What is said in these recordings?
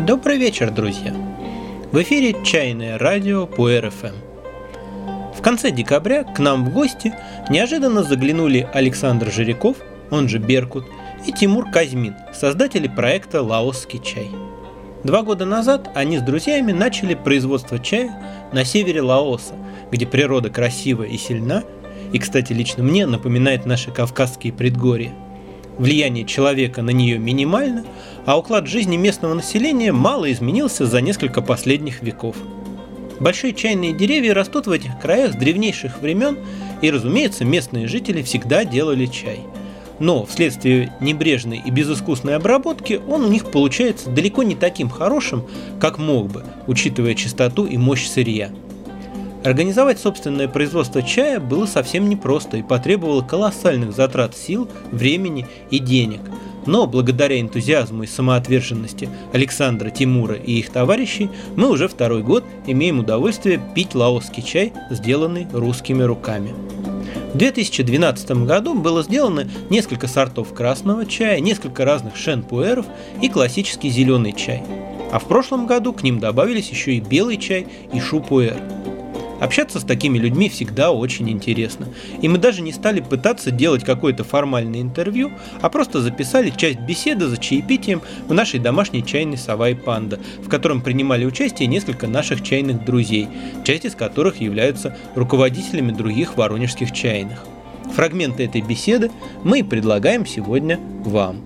Добрый вечер, друзья! В эфире чайное радио по РФМ. В конце декабря к нам в гости неожиданно заглянули Александр Жиряков, он же Беркут, и Тимур Казьмин, создатели проекта «Лаосский чай». 2 года назад они с друзьями начали производство чая на севере Лаоса, где природа красива и сильна, и, кстати, лично мне напоминает наши кавказские предгорья. Влияние человека на нее минимально, а уклад жизни местного населения мало изменился за несколько последних веков. Большие чайные деревья растут в этих краях с древнейших времен, и, разумеется, местные жители всегда делали чай. Но вследствие небрежной и безыскусной обработки он у них получается далеко не таким хорошим, как мог бы, учитывая чистоту и мощь сырья. Организовать собственное производство чая было совсем непросто и потребовало колоссальных затрат сил, времени и денег. Но благодаря энтузиазму и самоотверженности Александра, Тимура и их товарищей мы уже 2-й год имеем удовольствие пить лаосский чай, сделанный русскими руками. В 2012 году было сделано несколько сортов красного чая, несколько разных шен-пуэров и классический зеленый чай. А в прошлом году к ним добавились еще и белый чай и шу-пуэр. Общаться с такими людьми всегда очень интересно, и мы даже не стали пытаться делать какое-то формальное интервью, а просто записали часть беседы за чаепитием в нашей домашней чайной «Сова и Панда», в котором принимали участие несколько наших чайных друзей, часть из которых являются руководителями других воронежских чайных. Фрагменты этой беседы мы и предлагаем сегодня вам.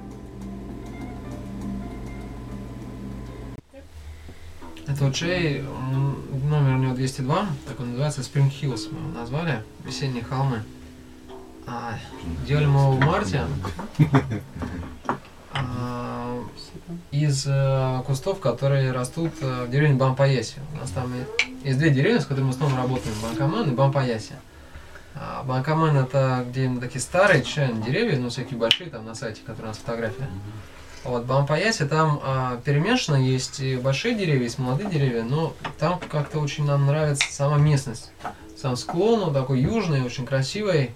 Это вот чай, номер у него 202, так он называется, Spring Hills мы его назвали, весенние холмы. Делали мы его в марте из кустов, которые растут в деревне Бампаяси. У нас там есть 2 деревни, с которыми мы снова работаем, Банкамен и Бампаяси. Банкамен — это где такие старые чайные деревья, ну всякие большие, там на сайте, которые у нас фотография. Вот, в Бампаясе там перемешано, есть и большие деревья, есть молодые деревья, но там как-то очень нам нравится сама местность. Сам склон, он такой южный, очень красивый.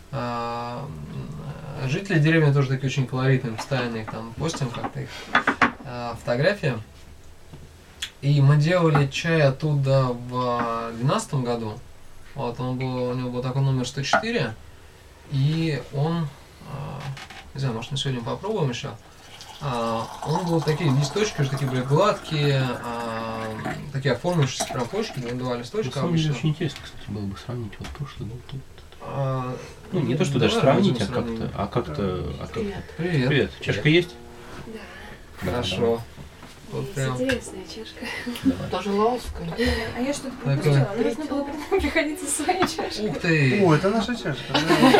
Жители деревни тоже такие очень колоритные, постоянно их там постим как-то их фотографии. И мы делали чай оттуда в 2012 году. Вот, у него был такой номер 104, и он, не знаю, может, мы сегодня попробуем еще. Он был такие листочки, уже такие были гладкие, такие оформившиеся прям почки, 2 листочка. На очень интересно, кстати, было бы сравнить вот прошлый год. Ну, не то, что даже сравнить, а как-то. Привет. Привет. Чашка есть? Да. Хорошо. Вот прям. Интересная чашка. Давай. Тоже лаосская. А я что-то пропустила. Должна была приходить со своей чашкой. Ух ты! О, это наша чашка.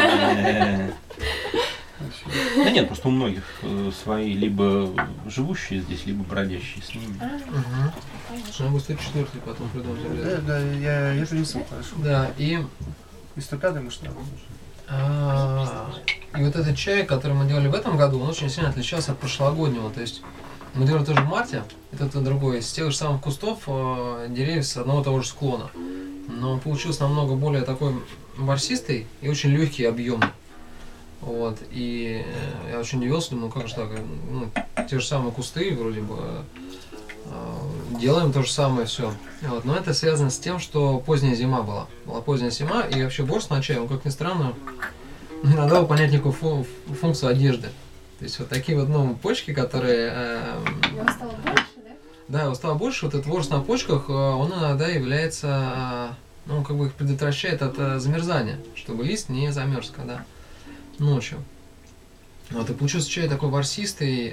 Да нет, просто у многих свои, либо живущие здесь, либо бродящие с ними. Нужно будет 104-й потом придумать. Да, я принесу, хорошо. Да, и 105-й мы что? И вот этот чай, который мы делали в этом году, он очень сильно отличался от прошлогоднего. То есть мы делали тоже в марте, это другой, из тех же самых кустов, деревьев с одного того же склона. Но он получился намного более такой ворсистый и очень легкий и объемный. Вот, и я очень удивился, думаю, как же так, ну, те же самые кусты, вроде бы, делаем то же самое все. Вот, но это связано с тем, что поздняя зима была поздняя зима, и вообще борщ на чай, он, как ни странно, иногда выполняет некую функцию одежды. То есть вот такие вот, ну, почки, которые... Его стало больше, да? Да, его стало больше, вот этот ворс на почках, он иногда является, ну, как бы их предотвращает от замерзания, чтобы лист не замерз, когда ночью. Вот, и получился чай такой ворсистый,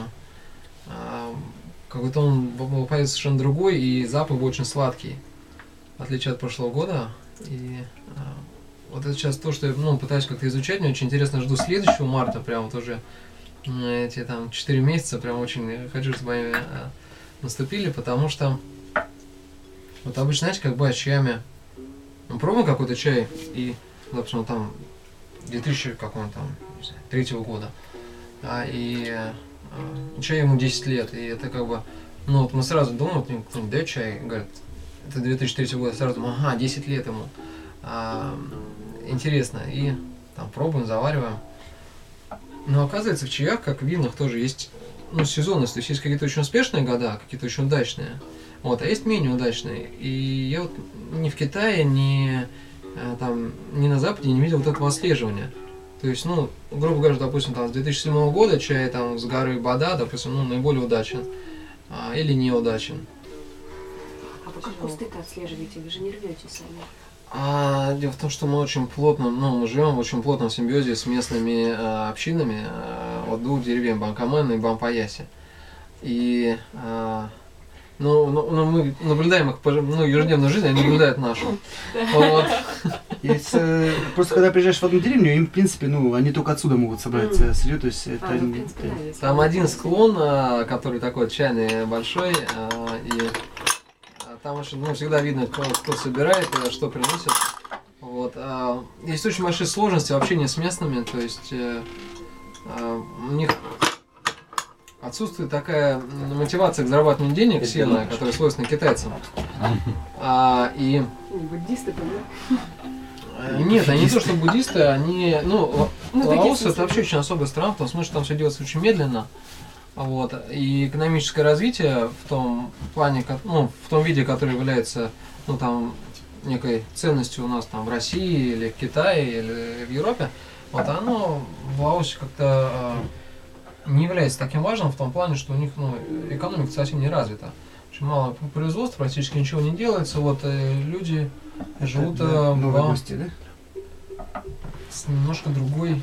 какой-то он появится совершенно другой, и запах был очень сладкий, в отличие от прошлого года. И вот это сейчас то, что я пытаюсь как-то изучать, мне очень интересно, жду следующего марта, прям вот уже эти там 4 месяца, прям очень хочу, чтобы они наступили, потому что вот обычно, знаете, как бывает с чаями, мы пробуем какой-то чай, и, допустим, там 2000 какого-то там, не знаю, 3-го года, и чай ему 10 лет, и это как бы, ну вот мы сразу думаем, вот кто-нибудь дает чай, говорит, это 2003 года, сразу думаем, ага, 10 лет ему, интересно, и там пробуем, завариваем. Но оказывается, в чаях, как в винах, тоже есть ну, сезонность. То есть есть какие-то очень успешные года, какие-то очень удачные. Вот, а есть менее удачные. И я вот ни в Китае, ни на Западе не видел вот этого отслеживания. То есть, ну, грубо говоря, допустим, там, с 2007 года чай там, с горы Бада, допустим, ну, наиболее удачен или неудачен. А вы как кусты-то отслеживаете? Вы же не рвете сами. Дело в том, что мы очень плотно, ну, мы живем в очень плотном симбиозе с местными общинами от двух деревень, Банкамен и Бампаяси. И мы наблюдаем их, ну, ежедневную жизнь, они наблюдают нашу. Вот. Просто когда приезжаешь в одну деревню, им, в принципе, ну, они только отсюда могут собрать сырье, то есть это... Там один склон, который такой чайный, большой, и там очень, ну, всегда видно, кто собирает, что приносит. Вот. Есть очень большие сложности в общении с местными, то есть у них отсутствует такая мотивация к зарабатыванию денег сильная, которая свойственна китайцам. И... Буддисты, да? Нет, они не то, что буддисты, они... Ну, Лаос это вообще очень особая страна, в том смысле, что там все делается очень медленно. Вот. И экономическое развитие в том плане, ну, в том виде, который является, ну, там, некой ценностью у нас там в России или в Китае или в Европе, вот оно в Лаосе как-то не является таким важным в том плане, что у них, ну, экономика совсем не развита. Очень мало производства, практически ничего не делается. Вот люди живут гости, да? С немножко другой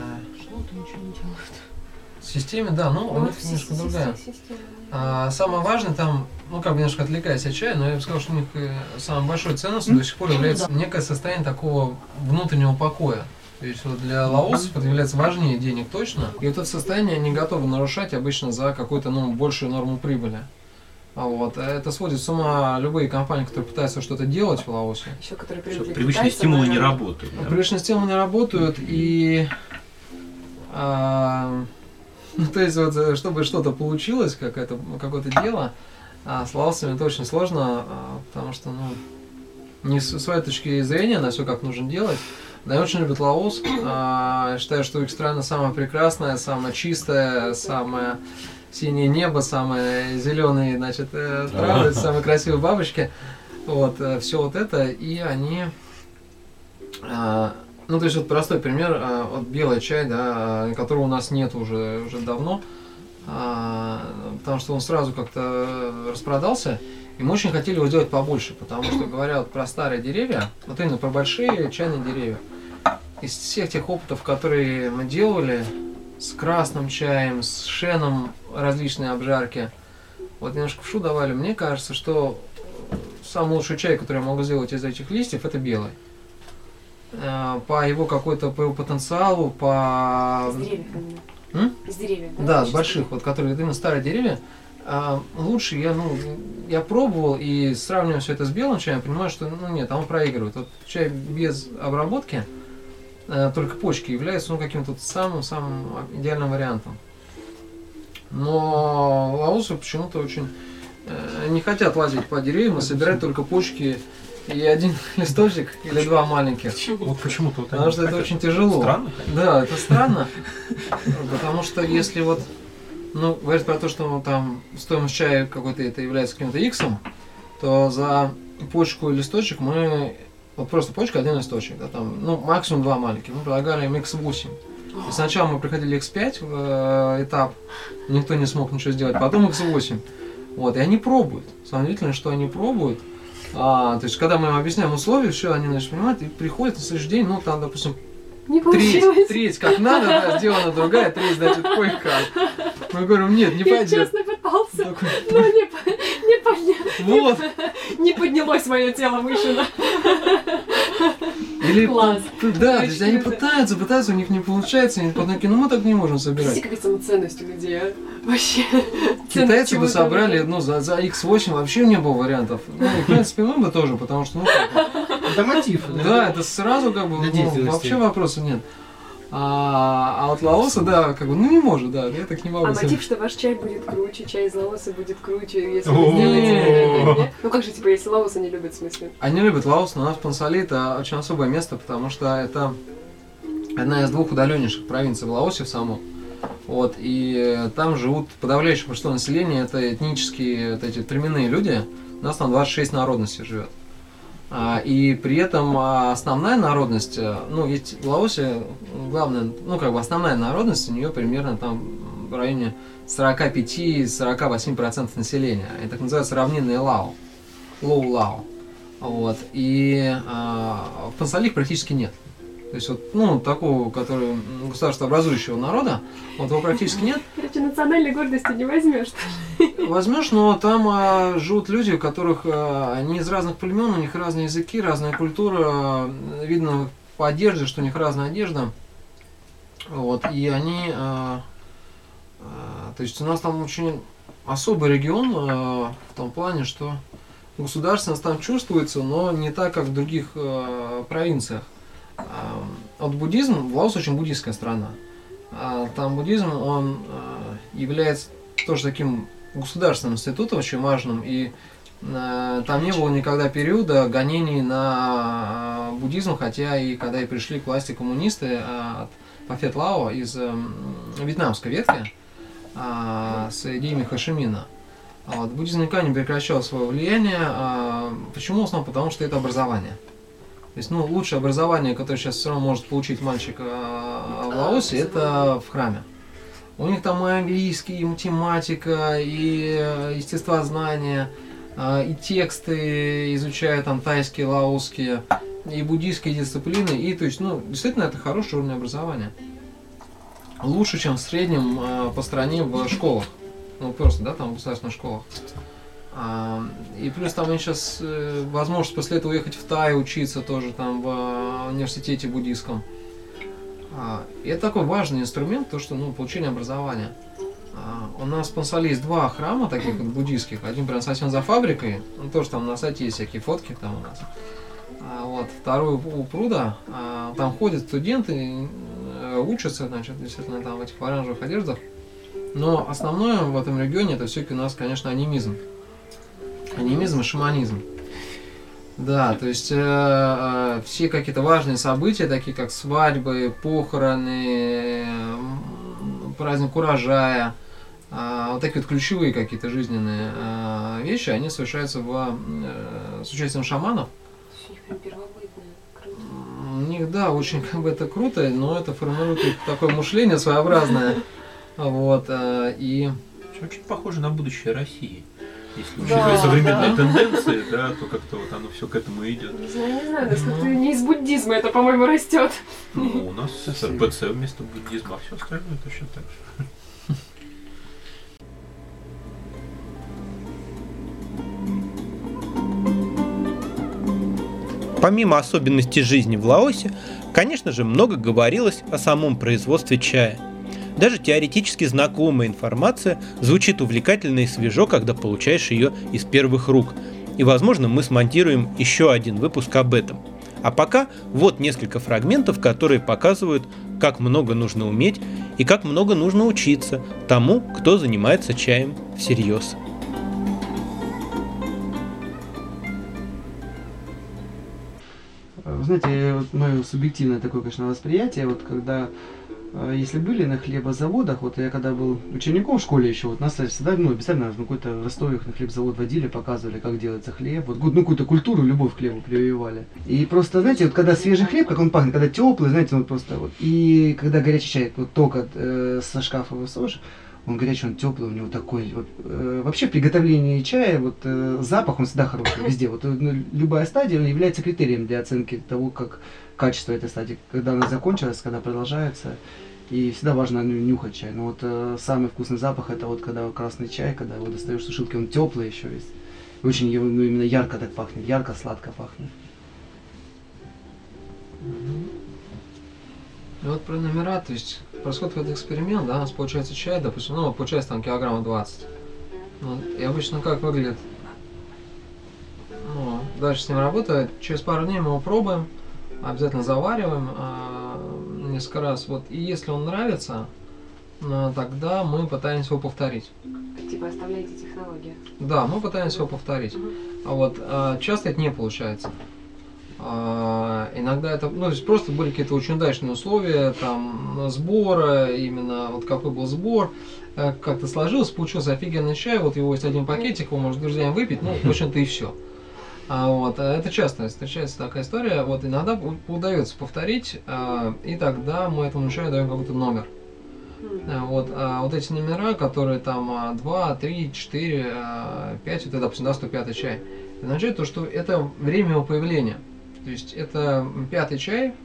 системе, да, но у них немножко другая. Самое важное там, ну, как бы немножко отвлекаясь от чая, но я бы сказал, что у них самой большой ценностью до сих пор является некое состояние такого внутреннего покоя. То есть вот для лаосов это является важнее денег точно. И вот это состояние они готовы нарушать обычно за какую-то, ну, большую норму прибыли. Вот. Это сводит с ума любые компании, которые пытаются что-то делать в Лаосе. Еще которые привычные стимулы не работают. Да? Привычные стимулы не работают, и ну, то есть вот, чтобы что-то получилось, какое-то дело, с лаосами это очень сложно, потому что, ну, не с своей точки зрения на все, как нужно делать. Да, я очень любят Лаос. Считаю, что их страна самая прекрасная, самая чистая, самое синее небо, самые зеленые, значит, травы, самые красивые бабочки. Вот, все вот это. И они... Ну, то есть, вот простой пример, вот белый чай, да, которого у нас нет уже давно, потому что он сразу как-то распродался. И мы очень хотели его сделать побольше, потому что, говоря вот про старые деревья, вот именно про большие чайные деревья, из всех тех опытов, которые мы делали с красным чаем, с шеном различные обжарки, вот немножко вшу давали, мне кажется, что самый лучший чай, который я могу сделать из этих листьев, это белый. По его какой-то, по его потенциалу, по... Из деревьев именно. Из деревьев, да? Да, с больших, вот, которые именно старые деревья. Лучше я пробовал и сравнивая все это с белым чаем, понимаю, что нет, он проигрывает. Вот чай без обработки, только почки являются каким-то самым идеальным вариантом. Но лаосы почему-то очень не хотят лазить по деревьям и собирать только почки и один листочек или два маленьких. Вот почему-то вот потому что это очень тяжело. Странно? Да, это странно. Потому что если вот говорить про то, что там стоимость чая какой-то это является каким-то иксом, то за почку и листочек мы, вот просто почка, один листочек, да, там, максимум два маленьких, мы предлагали им x8. И сначала мы приходили x5 в этап, никто не смог ничего сделать, потом x8. Вот, и они пробуют. Самое удивительное, что они пробуют. То есть, когда мы им объясняем условия, все, они, значит, понимают, и приходят на следующий день, там, допустим, треть как надо, да, сделана другая, треть, значит, кое-как. Мы говорим, нет, не пойдет. Я честно пытался, но вот. не поднялось мое тело выше. Или, класс. Да, то есть они пытаются, у них не получается, они потом такие, мы так не можем собирать. Смотрите, какая самоценность у людей, вообще. Китайцы бы собрали, за x8 вообще не было вариантов. И, в принципе, мы бы тоже, потому что, это мотив. Да, это сразу вообще вопроса нет. А от Лаоса, да, не может, да, я так не могу. А мотив, что ваш чай будет круче, чай из Лаоса будет круче, если вы сделаете... как же, если Лаоса не любят, в смысле? Они любят Лаос, но у нас Пансали это очень особое место, потому что это одна из двух удаленнейших провинций в Лаосе в самом. Вот, и там живут подавляющее большинство населения, это этнические, вот эти племенные люди. У нас там 26 народностей живет. И при этом основная народность, ну, есть в Лаосе главная, ну, как бы основная народность, у нее примерно там в районе 45-48% населения. Это так называется равнинный Лао, Лоу-Лао. Вот. И в Пансали их практически нет. То есть вот, ну, такого, который государствообразующего народа, вот его практически нет. Короче, национальной гордости не возьмешь. Возьмешь, но там живут люди, у которых они из разных племен, у них разные языки, разная культура, видно по одежде, что у них разная одежда. Вот, и они, то есть у нас там очень особый регион в том плане, что государственность там чувствуется, но не так, как в других провинциях. Вот буддизм, Лаос очень буддийская страна. Там буддизм, он является тоже таким государственным институтом очень важным, и там не было никогда периода гонений на буддизм, хотя и когда и пришли к власти коммунисты от Пафет Лао из вьетнамской ветки с идеями Хошимина. Вот, буддизм никогда не прекращал свое влияние. Почему? В основном потому, что это образование. То есть, ну, лучшее образование, которое сейчас все равно может получить мальчик в Лаосе, это в храме. У них там и английский, и математика, и естествознание, и тексты изучают там тайские, лаосские, и буддийские дисциплины. И, то есть, ну, действительно, это хорошее уровень образования. Лучше, чем в среднем по стране в школах. Ну, просто, да, там в государственных школах. И плюс там сейчас возможность после этого уехать в Тай учиться тоже там в университете буддийском. И это такой важный инструмент, то что, ну, получение образования. У нас в Пансали есть 2 храма таких вот буддийских. Один прям совсем за фабрикой, ну, тоже там на сайте есть всякие фотки там у нас. Вот, второй у пруда, там ходят студенты, учатся, значит, действительно там в этих оранжевых одеждах. Но основное в этом регионе это все-таки у нас, конечно, анимизм. Анимизм и шаманизм. Да, то есть все какие-то важные события, такие как свадьбы, похороны, праздник урожая, вот такие вот ключевые какие-то жизненные вещи, они совершаются с участием шаманов. У них, да, очень как бы это круто, но это формирует такое мышление своеобразное. Вот, и... Очень похоже на будущее России. Если Да, учитывать современные да. тенденции, да, то как-то вот оно все к этому идет. Не знаю, это как-то не из буддизма это, по-моему, растет. Ну, у нас с РПЦ вместо буддизма, а все остальное точно так же. Помимо особенностей жизни в Лаосе, конечно же, много говорилось о самом производстве чая. Даже теоретически знакомая информация звучит увлекательно и свежо, когда получаешь ее из первых рук. И, возможно, мы смонтируем еще один выпуск об этом. А пока вот несколько фрагментов, которые показывают, как много нужно уметь и как много нужно учиться тому, кто занимается чаем всерьез. Вы знаете, вот мое субъективное такое, конечно, восприятие, вот когда, если были на хлебозаводах, вот я когда был учеником в школе еще, вот нас всегда, ну, обязательно на какой-то в Ростове на хлебзавод водили, показывали, как делается хлеб, вот, ну, какую-то культуру, любовь к хлебу прививали. И просто, знаете, вот когда свежий хлеб, как он пахнет, когда теплый, знаете, вот просто вот, и когда горячий чай, вот только со шкафа высошь, он горячий, он теплый, у него такой вот. Вообще в приготовлении чая вот запах, он всегда хороший везде. Вот любая стадия он является критерием для оценки того, как качество этой стадии, когда она закончилась, когда продолжается. И всегда важно нюхать чай. Но вот самый вкусный запах это вот когда красный чай, когда его достаешь с сушилки, он теплый еще весь. И очень ну, именно ярко так пахнет, ярко-сладко пахнет. И вот про номера, то есть происходит этот эксперимент, да, у нас получается чай, допустим, ну, получается там килограмма 20. Ну, и обычно как выглядит, ну, дальше с ним работаю, через пару дней мы его пробуем, обязательно завариваем несколько раз, вот, и если он нравится, тогда мы пытаемся его повторить. Типа оставляете технологию. Да, мы пытаемся его повторить, а вот часто это не получается. Иногда это, ну, то есть просто были какие-то очень удачные условия, там, сбора, именно вот какой был сбор, как-то сложилось, получился офигенный чай, вот его есть один пакетик, его можно с друзьями выпить, ну, в общем-то и все. Вот, это часто встречается такая история, вот иногда удается повторить, и тогда мы этому чаю даем какой-то номер. Вот, вот эти номера, которые там 2, 3, 4, 5, это, допустим, да, 105 чай, это означает то, что это время его появления. То есть это 5-й чай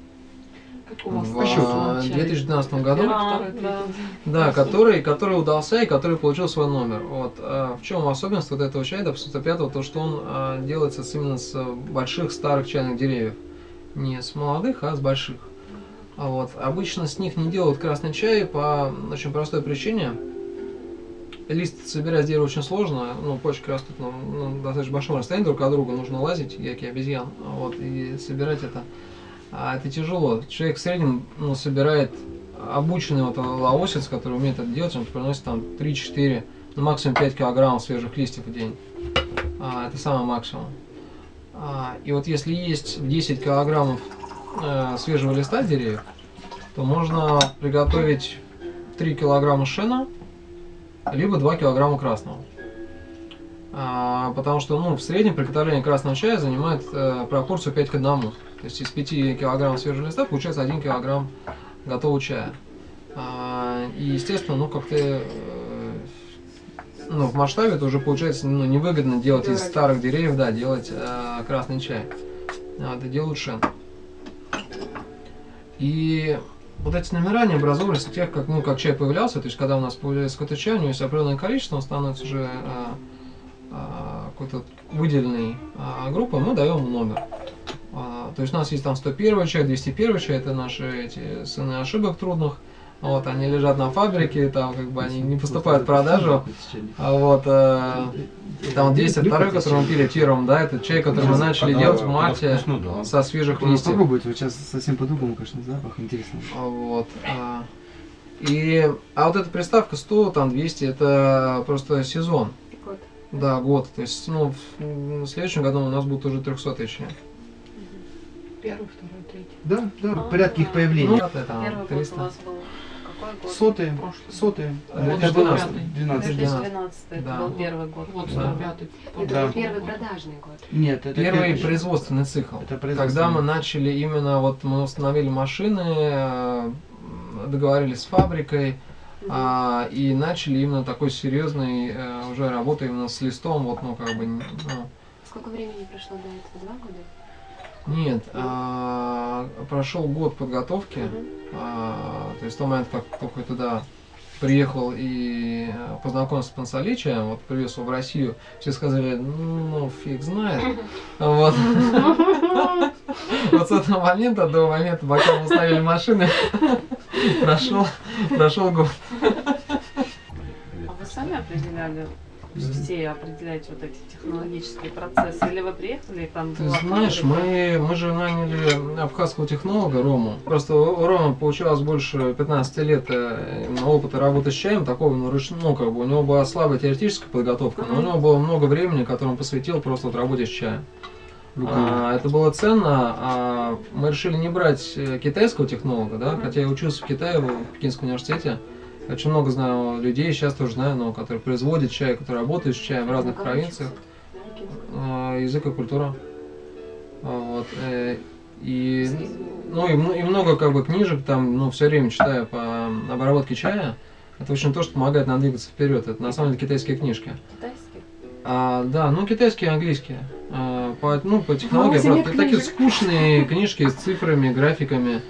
в 2012 году, да, который удался и который получил свой номер. Вот. В чем особенность вот этого чая, допустим, 105-го, то что он делается именно с больших старых чайных деревьев. Не с молодых, а с больших. Вот. Обычно с них не делают красный чай по очень простой причине. Лист собирать с дерева очень сложно, ну, почки растут на достаточно большом расстоянии друг от друга, нужно лазить, как и обезьян, вот, и собирать это. Это тяжело. Человек в среднем, ну, собирает обученный вот лаосец, который умеет это делать, он приносит там 3-4, ну, максимум 5 килограммов свежих листьев в день. Это самый максимум. И вот если есть 10 килограммов свежего листа деревьев, то можно приготовить 3 килограмма шена, либо 2 килограмма красного. Потому что, ну, в среднем приготовление красного чая занимает пропорцию 5 к 1. То есть из 5 килограммов свежего листа получается 1 килограмм готового чая. И, естественно, ну, как-то в масштабе это уже получается, ну, невыгодно делать из старых деревьев, да, делать красный чай. Это делают шен. И вот эти номера не образовывались у тех, как чай появлялся, то есть когда у нас появляется какой-то чай, у него есть определенное количество, он становится уже какой-то выделенной группой, мы даем ему номер. То есть у нас есть там 101 чай, 201 чай, это наши эти сыны ошибок трудных. Вот, они лежат на фабрике, там как бы они не поступают в продажу. Вот, там 202, который мы пили первым, да, это чай, который мы начали делать в марте со свежих листьев. Попробуйте, вот сейчас совсем по-другому, конечно, запах интересный. Вот. А вот эта приставка 100, там 200, это просто сезон. Год. Да, год. То есть, ну, в следующем году у нас будет уже 300 тысяч. Первый, второй, третий. Да, да, в порядке их появления. Ну, это, там, Первый 300. год у вас был какой год? Сотые. Это 12. 2012 это Да. был первый год. Вот Да. 105-й. Это Да. был первый продажный год. Нет, это Первый первый. производственный цикл. Это производственный. Когда мы начали именно, вот мы установили машины, договорились с фабрикой, и начали именно такой серьезной уже работу именно с листом, вот, ну, как бы, ну, Сколько времени прошло до этого? 2 года? нет, прошел год подготовки, то есть в тот момент, как только я туда приехал и познакомился с Пансаличем, вот привез его в Россию, все сказали, ну, фиг знает. Вот. Вот с этого момента, до момента, пока мы установили машины, прошел год. А вы сами определяли, все определяете вот эти технологические процессы? Или вы приехали и там Ты была знаешь, фабрика? мы же наняли абхазского технолога Рому. Просто у Ромы получалось больше 15 лет именно опыта работы с чаем, такого, ну, как бы у него была слабая теоретическая подготовка, но у него было много времени, которое он посвятил просто вот работе с чаем. Это было ценно. Мы решили не брать китайского технолога, да, хотя я учился в Китае, в Пекинском университете. Очень много знаю людей, сейчас тоже знаю, но которые производят чай, которые работают с чаем в разных провинциях. Язык и культура. Вот. И, ну, и много как бы книжек там, ну, все время читаю по обработке чая. Это очень то, что помогает нам двигаться вперед. Это на самом деле китайские книжки. Китайский? Да, ну китайские и английские. По технологии, правда, такие скучные книжки с цифрами, графиками.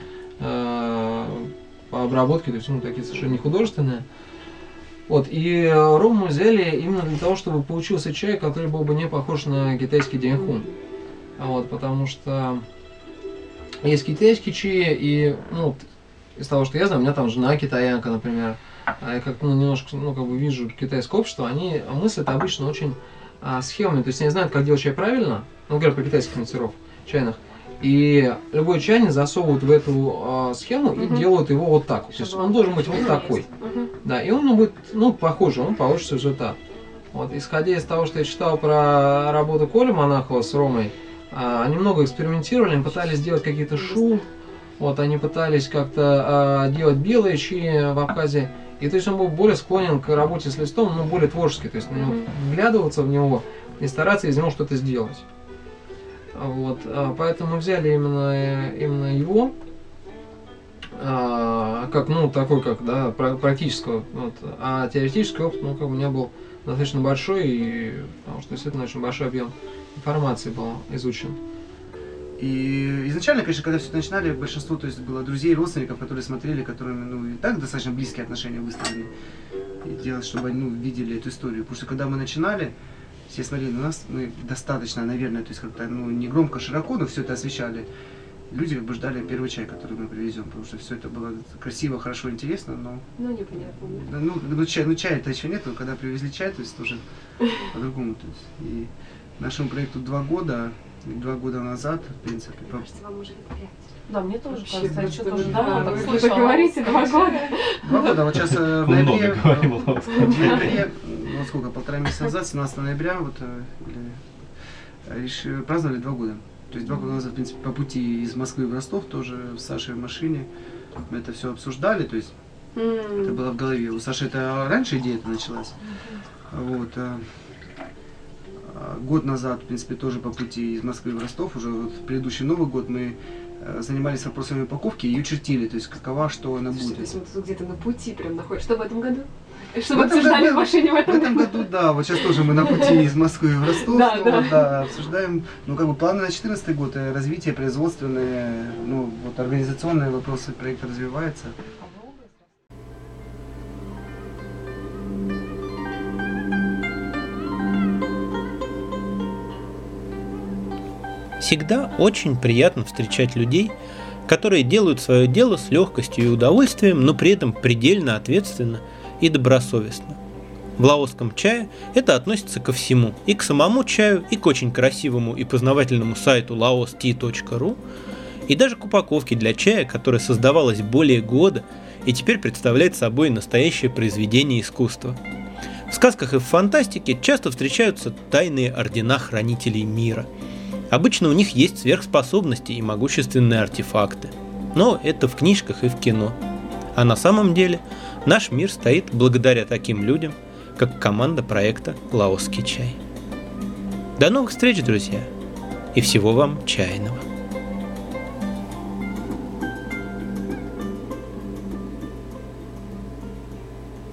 По обработке, то есть, ну, такие совершенно не художественные. Вот, и Рому взяли именно для того, чтобы получился чай, который был бы не похож на китайский дяньхун. Вот, потому что есть китайские чаи, и, ну, из того, что я знаю, у меня там жена китаянка, например, а я как-то, ну, немножко, ну, как бы вижу китайское общество, они мыслят обычно очень схемами, то есть они знают, как делать чай правильно, ну, говорят про китайских мастеров чайных, и любой чайник засовывают в эту схему и делают его вот так. То есть он должен быть вот такой. Да, и он будет, ну, похожий, он получится результат. Вот, исходя из того, что я читал про работу Коли Монахова с Ромой, Они много экспериментировали, они пытались сделать какие-то шум, вот, они пытались как-то делать белые чаи в Абхазии. И то есть он был более склонен к работе с листом, но более творческий, то есть на него вглядываться в него и стараться из него что-то сделать. Вот, поэтому мы взяли именно его, как, ну, такой, как, да, практического, вот, а теоретический опыт, ну, как у меня был достаточно большой, потому что действительно очень большой объем информации был изучен. И изначально, конечно, когда все это начинали, большинство, то есть, было друзей, родственников, которые смотрели, которыми, ну, и так достаточно близкие отношения выстроены. И делать, чтобы они, ну, видели эту историю. Потому что когда мы начинали, все смотрели на нас, мы достаточно, наверное, то есть как-то, ну, не громко, широко, но все это освещали. Люди как бы ждали первый чай, который мы привезем, потому что все это было красиво, хорошо, интересно, но... Ну, непонятно. Да. Ну, чая-то еще нет, но когда привезли чай, то есть тоже по-другому. То есть, и нашему проекту 2 года, 2 года назад, в принципе... Кажется, вам уже 5. Да, мне тоже Вообще, кажется, я что-то да, уже давно так вы слышала. так говорите, 2 года. 2 года, вот сейчас в ноябре, Много вот сколько, 1,5 месяца назад, 17 ноября, вот, праздновали 2 года. То есть 2 года назад, в принципе, по пути из Москвы в Ростов, тоже с Сашей в машине, мы это все обсуждали, то есть это было в голове. У Саши это раньше идея-то началась. Вот. Год назад, в принципе, тоже по пути из Москвы в Ростов, уже вот в предыдущий Новый год мы занимались вопросами упаковки и ее чертили, то есть какова, что она будет. То есть мы тут где-то на пути прям находимся. Что в этом году? Что В мы этом обсуждали году- в машине в этом году, да, вот сейчас тоже мы на пути из Москвы в Ростов, Да, снова, да. да, обсуждаем, ну, как бы планы на 2014 год, развитие производственное, ну, вот организационные вопросы проекта развиваются. Всегда очень приятно встречать людей, которые делают свое дело с легкостью и удовольствием, но при этом предельно ответственно и добросовестно. В лаосском чае это относится ко всему, и к самому чаю, и к очень красивому и познавательному сайту laostea.ru, и даже к упаковке для чая, которая создавалась более года и теперь представляет собой настоящее произведение искусства. В сказках и в фантастике часто встречаются тайные ордена хранителей мира. Обычно у них есть сверхспособности и могущественные артефакты. Но это в книжках и в кино. А на самом деле наш мир стоит благодаря таким людям, как команда проекта «Лаосский чай». До новых встреч, друзья! И всего вам чайного!